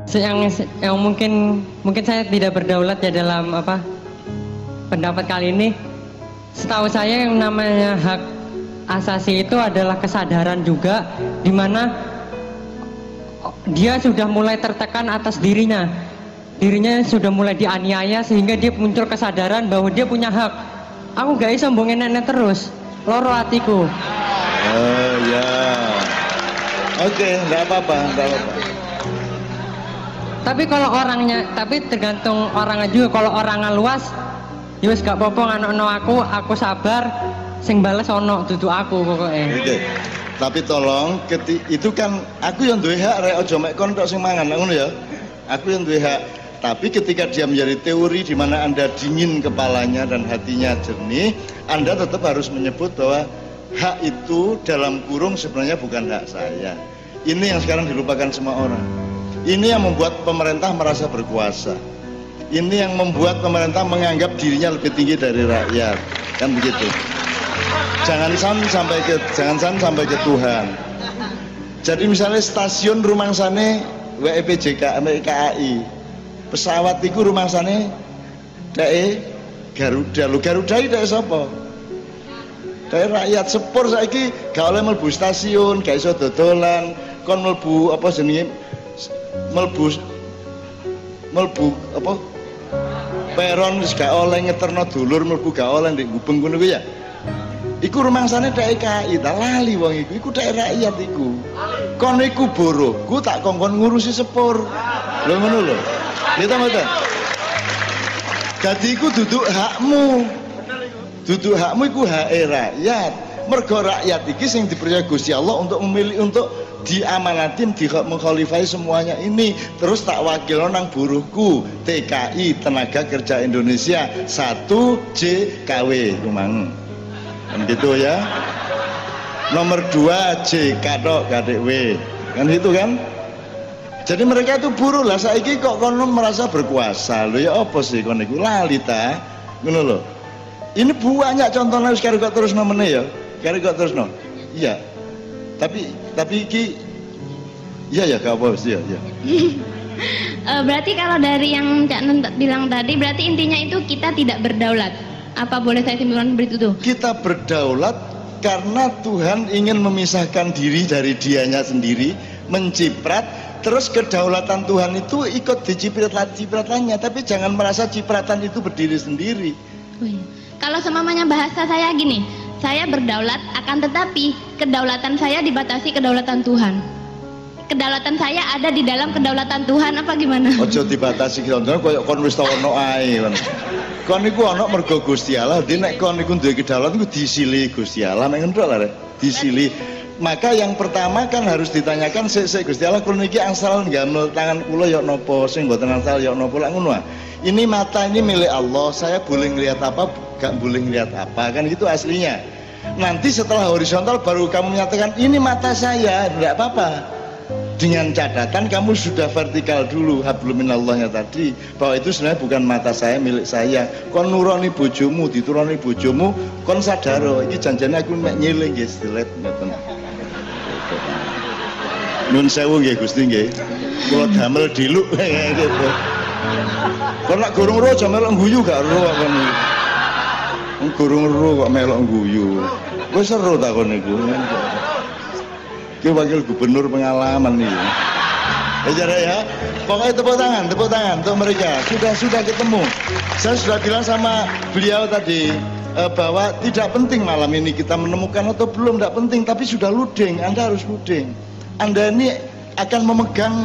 yang mungkin saya tidak berdaulat ya dalam pendapat kali ini. Setahu saya yang namanya hak asasi itu adalah kesadaran juga, di mana dia sudah mulai tertekan atas dirinya sudah mulai dianiaya sehingga dia muncul kesadaran bahwa dia punya hak. Aku gak bisa sombongin nenek terus, loro hatiku. Oh ya, oke, nggak apa-apa. Tapi tergantung orangnya juga. Kalau orangnya luas, yus gak apa-apa nganono aku sabar, sing bales ono dudu aku pokoknya. Oke. Tapi tolong, itu kan aku yang duwe hak rek, aja mek kon tok sing mangan ngono ya. Aku yang duwe hak. Tapi ketika dia menjadi teori di mana Anda dingin kepalanya dan hatinya jernih, Anda tetap harus menyebut bahwa hak itu dalam kurung sebenarnya bukan hak saya. Ini yang sekarang dilupakan semua orang. Ini yang membuat pemerintah merasa berkuasa. Ini yang membuat pemerintah menganggap dirinya lebih tinggi dari rakyat. Kan begitu. Jangan sampai ke Tuhan. Jadi misalnya stasiun rumangsane WEPJK KAI, pesawat itu rumangsane Garuda. Lu Garuda itu sapa? Dari rakyat. Sepur saiki gak oleh mlebu stasiun, gak iso dodolan, kon mlebu apa jenenge mlebu apa peron wis gak oleh ngeterno dulur, mlebu gak oleh ndek Gubeng ngono kuwi ya. Iku rumangsane DKI, tak lali wong iku dhek rakyat iku. Kon iku boroku tak kongkon ngurusi sepur. Lho ngono lho. Kita mboten. Dadi iku duduk hakmu. Duduk hakmu iku hake rakyat. Mergo rakyat iki sing dipercaya Gusti Allah untuk memilih, untuk diamanatin, mengkhalifai semuanya ini. Terus tak wakil nang buruhku TKI, Tenaga Kerja Indonesia 1 JKW rumang. Kan gitu ya. Nomor 2 JKW kan gitu kan. Jadi mereka itu buruh lah. Saiki kok kono merasa berkuasa lho ya, apa sih kono iku lali ta ngono lho. Ini banyak contohnya wis karo kok terus nomene ya. Karo kok terus no. Iya. Tapi iki iya ya gak apa sih ya. Berarti kalau dari yang Cak Nun bilang tadi, berarti intinya itu kita tidak berdaulat. Apa boleh saya simpulkan seperti itu? Kita berdaulat karena Tuhan ingin memisahkan diri dari dianya sendiri, menciprat, terus kedaulatan Tuhan itu ikut diciprat-cipratannya, tapi jangan merasa cipratan itu berdiri sendiri. Oh iya. Kalau semamanya bahasa saya gini, saya berdaulat, akan tetapi kedaulatan saya dibatasi kedaulatan Tuhan. Kedaulatan saya ada di dalam kedaulatan Tuhan, apa gimana? Ojo dibatasi kedaulatan, koyo kon wis tau ono ae. Kon niku ana mergo Gusti Allah, dadi nek kon niku duwe kedaulatan iku disili Gusti Allah, mek ngono lho rek, disili. Maka yang pertama kan harus ditanyakan sik Gusti Allah, kula niki asal nggamel tangan kula ya napa, sing mboten asal ya napa lak ngono ah. Ini mata ini milik Allah, saya boleh ngelihat apa, gak boleh ngelihat apa, kan gitu aslinya. Nanti setelah horizontal baru kamu menyatakan ini mata saya, tidak apa-apa. Dengan catatan kamu sudah vertikal dulu, hablum minallahnya tadi, bahwa itu sebenarnya bukan mata saya, milik saya. Kon nuroni bojomu, dituroni bojomu, kon sadaro iki janjane aku mek nyiling nggih stilet ngoten. Nun sewu nggih Gusti nggih. Kula damel diluk gitu. Kon nek gurung ro aja melok guyu gak ro kon. Wong gurung ro kok melok guyu. Wis seru ta kon niku. Ki wakil gubernur pengalaman nih. Ya ya. Pokoknya tepuk tangan untuk mereka. Sudah ketemu. Saya sudah bilang sama beliau tadi bahwa tidak penting malam ini kita menemukan atau belum, tidak penting, tapi sudah luding. Anda harus luding. Anda ini akan memegang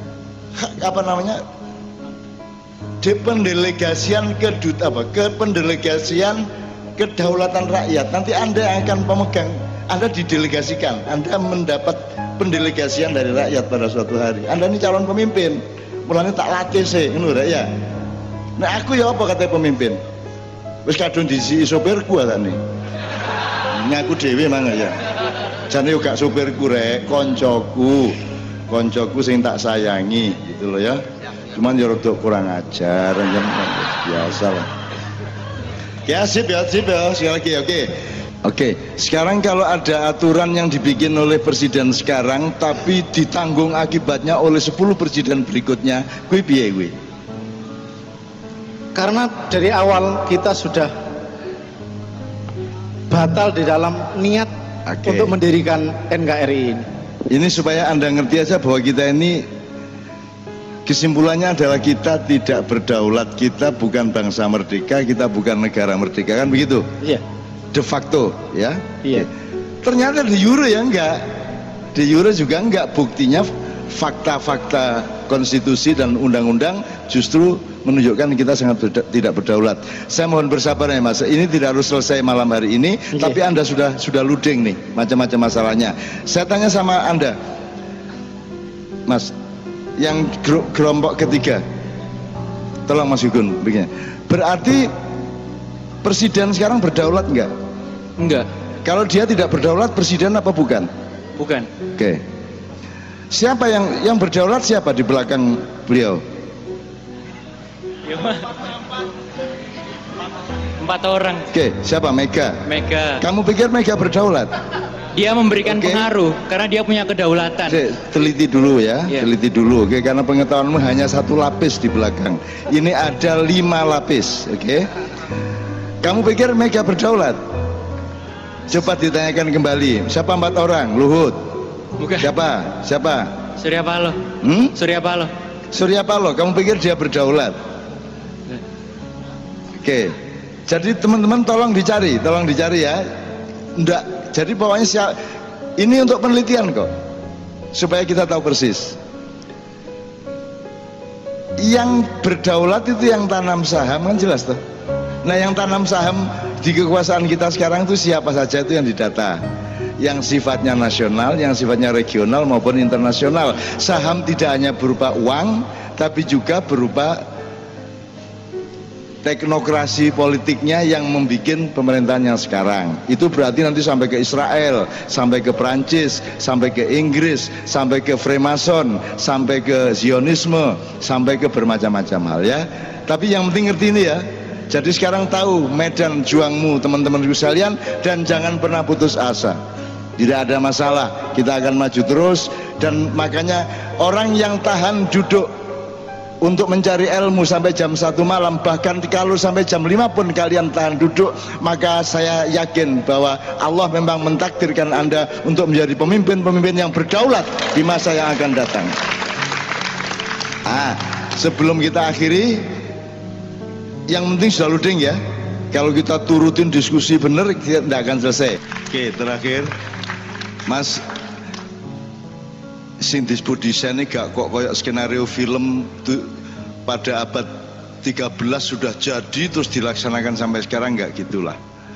dependelegasian kependelegasian kedaulatan rakyat. Nanti Anda akan pemegang. Anda didelegasikan, Anda mendapat pendelegasian dari rakyat pada suatu hari. Anda ini calon pemimpin, mulanya tak latih sih, ngono ya. Nah aku ya apa kata pemimpin? Wis kadung diisi sopirku ta nih. Nyaku dhewe mangga ya. Jane yo gak sopirku rek, koncoku sing tak sayangi gitu loh ya. Cuman ya rada kurang ajar, biasa lah. Ya sip ya, sekali lagi oke. Oke, sekarang kalau ada aturan yang dibikin oleh presiden sekarang tapi ditanggung akibatnya oleh 10 presiden berikutnya, kuwi piye kuwi? Karena dari awal kita sudah batal di dalam niat untuk mendirikan NKRI ini. Ini supaya Anda ngerti aja bahwa kita ini kesimpulannya adalah kita tidak berdaulat, kita bukan bangsa merdeka, kita bukan negara merdeka, kan begitu? Iya. De facto, ya? Iya. Ternyata di Euro ya enggak, di Euro juga enggak. Buktinya fakta-fakta konstitusi dan undang-undang justru menunjukkan kita sangat tidak berdaulat. Saya mohon bersabar ya Mas, ini tidak harus selesai malam hari ini, tapi Anda sudah luding nih macam-macam masalahnya. Saya tanya sama Anda, Mas, yang kelompok ketiga, tolong Mas Hugun begini, berarti presiden sekarang berdaulat enggak? Enggak. Kalau dia tidak berdaulat, presiden apa bukan? Bukan. Oke. Siapa yang berdaulat, siapa di belakang beliau? 4 orang. Oke, siapa? Mega. Mega. Kamu pikir Mega berdaulat? Dia memberikan pengaruh karena dia punya kedaulatan. Oke, teliti dulu ya, teliti dulu. Oke, karena pengetahuanmu hanya 1 lapis di belakang. Ini ada 5 lapis. Oke. Kamu pikir Mega berdaulat? Coba ditanyakan kembali. Siapa 4 orang? Luhut. Bukan. Siapa? Siapa? Surya Paloh. Surya Paloh. Surya Paloh. Kamu pikir dia berdaulat? Oke. Jadi teman-teman tolong dicari ya. Enggak. Jadi pokoknya ini untuk penelitian kok. Supaya kita tahu persis. Yang berdaulat itu yang tanam saham, kan jelas tuh. Nah, yang tanam saham di kekuasaan kita sekarang itu siapa saja, itu yang didata. Yang sifatnya nasional, yang sifatnya regional maupun internasional. Saham tidak hanya berupa uang, tapi juga berupa teknokrasi politiknya yang membuat pemerintahan yang sekarang. Itu berarti nanti sampai ke Israel, sampai ke Prancis, sampai ke Inggris, sampai ke Freemason, sampai ke Zionisme, sampai ke bermacam-macam hal ya. Tapi yang penting ngerti ini ya. Jadi sekarang tahu medan juangmu teman-temanku sekalian, dan jangan pernah putus asa. Tidak ada masalah, kita akan maju terus. Dan makanya orang yang tahan duduk untuk mencari ilmu sampai jam 1 malam, bahkan kalau sampai jam 5 pun kalian tahan duduk, maka saya yakin bahwa Allah memang mentakdirkan Anda untuk menjadi pemimpin-pemimpin yang berdaulat di masa yang akan datang. Sebelum kita akhiri, yang penting sudah luding ya. Kalau kita turutin diskusi benar, kita tidak akan selesai. Oke, terakhir Mas, sing disebut desain ini gak kok kayak skenario film tuh, pada abad 13 sudah jadi terus dilaksanakan sampai sekarang, gak gitulah.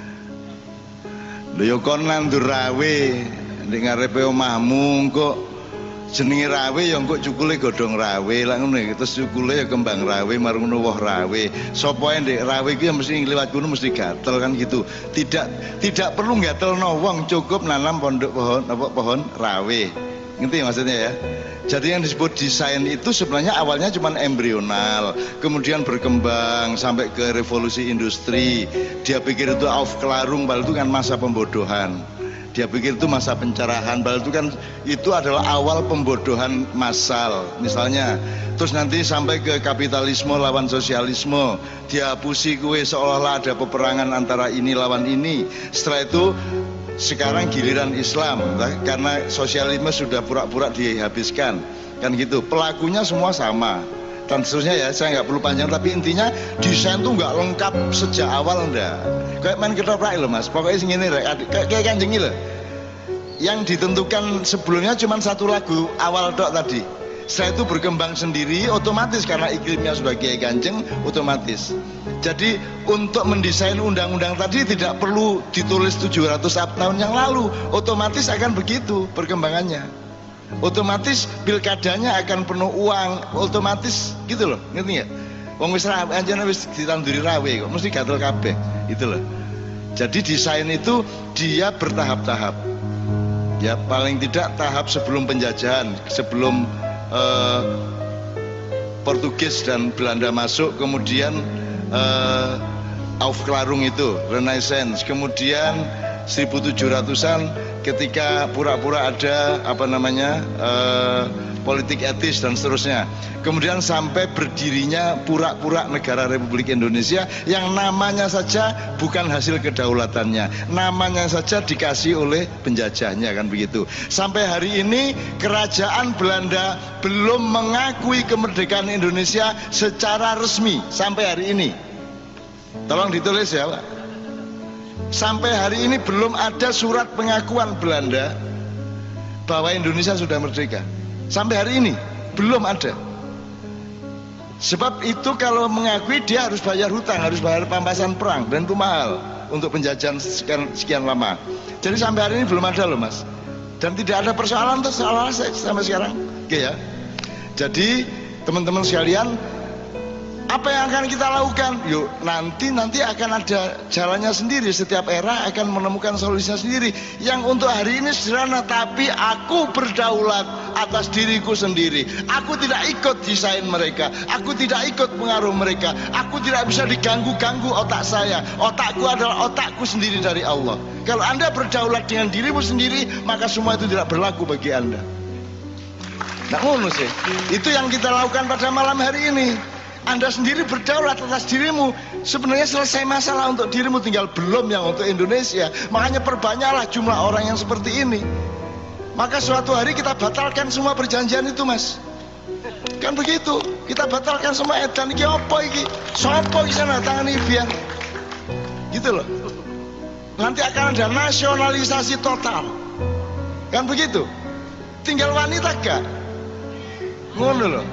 Lho yo kon nandur rawe ning ngarepe omahmu kok jenenge rawe ya kok cukule godhong rawe lah ngono, terus cukule ya kembang rawe marung ngono woh rawe. Sapa ndek rawe iki mesti liwat kono mesti gatel kan gitu. Tidak perlu gatelno wong, cukup nanam pondok pohon rawe. Ngerti maksudnya ya? Jadi yang disebut desain itu sebenarnya awalnya cuma embrional, kemudian berkembang sampai ke revolusi industri. Dia pikir itu Aufklärung, padahal itu kan masa pembodohan. Dia pikir itu masa pencerahan, padahal itu kan itu adalah awal pembodohan massal. Misalnya, terus nanti sampai ke kapitalisme lawan sosialisme, dia pusi kue seolah-olah ada peperangan antara ini lawan ini. Setelah itu sekarang giliran Islam, karena sosialisme sudah pura-pura dihabiskan, kan gitu. Pelakunya semua sama dan seterusnya ya, saya nggak perlu panjang, tapi intinya desain tuh nggak lengkap sejak awal ndak. Kayak main ketoprak loh Mas, pokoknya segini kayak kanjeng loh. Yang ditentukan sebelumnya cuma 1 lagu awal dok tadi. Setelah itu berkembang sendiri otomatis karena iklimnya sudah Kiai Kanjeng, otomatis. Jadi untuk mendesain undang-undang tadi tidak perlu ditulis 700 tahun yang lalu, otomatis akan begitu perkembangannya. Otomatis pilkadanya akan penuh uang, otomatis gitu loh, ngerti nggak? Wong wis rawe anjene wis ditanduri rawe kok mesti gatel kabeh, itu loh. Jadi desain itu dia bertahap-tahap. Ya paling tidak tahap sebelum penjajahan, sebelum Portugis dan Belanda masuk, kemudian Aufklärung itu Renaissance, kemudian 1700-an ketika pura-pura ada politik etis dan seterusnya. Kemudian sampai berdirinya pura-pura negara Republik Indonesia yang namanya saja bukan hasil kedaulatannya, namanya saja dikasih oleh penjajahnya, kan begitu. Sampai hari ini kerajaan Belanda belum mengakui kemerdekaan Indonesia secara resmi sampai hari ini. Tolong ditulis ya, Pak. Sampai hari ini belum ada surat pengakuan Belanda bahwa Indonesia sudah merdeka. Sampai hari ini belum ada. Sebab itu kalau mengakui dia harus bayar hutang, harus bayar pampasan perang, dan itu mahal untuk penjajahan sekian lama. Jadi sampai hari ini belum ada loh, Mas. Dan tidak ada persoalan tuh sampai sekarang. Oke ya. Jadi teman-teman sekalian, apa yang akan kita lakukan? Yuk, nanti akan ada jalannya sendiri. Setiap era akan menemukan solusinya sendiri. Yang untuk hari ini sederhana, tapi aku berdaulat atas diriku sendiri. Aku tidak ikut desain mereka. Aku tidak ikut pengaruh mereka. Aku tidak bisa diganggu-ganggu otak saya. Otakku adalah otakku sendiri dari Allah. Kalau Anda berdaulat dengan dirimu sendiri, maka semua itu tidak berlaku bagi Anda. Nah, ngono sih. Itu yang kita lakukan pada malam hari ini. Anda sendiri berdaulat atas dirimu. Sebenarnya selesai masalah untuk dirimu, tinggal belum yang untuk Indonesia. Makanya perbanyaklah jumlah orang yang seperti ini. Maka suatu hari kita batalkan semua perjanjian itu, Mas. Kan begitu. Kita batalkan semua edan. Iki apa iki? Sopo iki sana tangan biar. Gitu loh. Nanti akan ada nasionalisasi total. Kan begitu. Tinggal wanita gak? Ngono loh.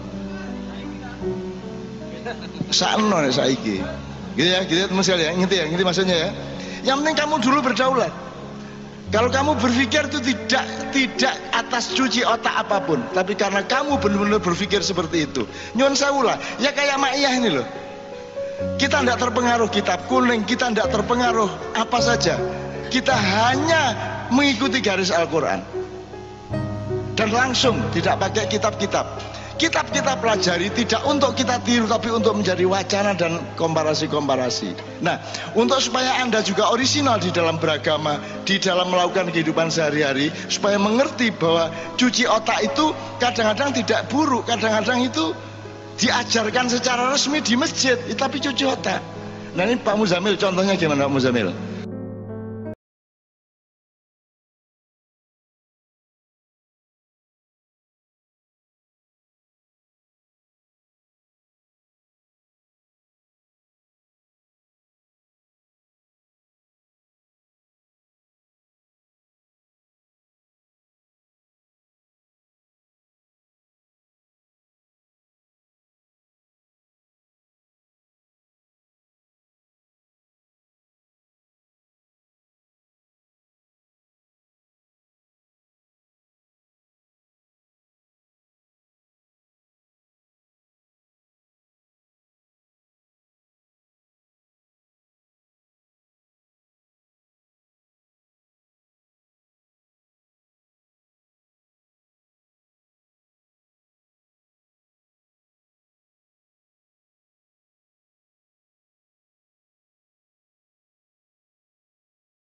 Sakno nek saiki. Gitu ya, gitu teman sekalian, ngerti maksudnya ya. Yang penting kamu dulu berdaulat. Kalau kamu berpikir itu tidak atas cuci otak apapun, tapi karena kamu benar-benar berpikir seperti itu. Nyuwun sawulah, ya kayak Maiyah ini loh. Kita tidak terpengaruh kitab kuning, kita tidak terpengaruh apa saja. Kita hanya mengikuti garis Al-Quran. Dan langsung, tidak pakai kitab-kitab. Kitab kita pelajari tidak untuk kita tiru, tapi untuk menjadi wacana dan komparasi-komparasi. Nah, untuk supaya Anda juga orisinal di dalam beragama, di dalam melakukan kehidupan sehari-hari, supaya mengerti bahwa cuci otak itu kadang-kadang tidak buruk, kadang-kadang itu diajarkan secara resmi di masjid, tapi cuci otak. Nah, ini Pak Muzamil, contohnya gimana Pak Muzamil?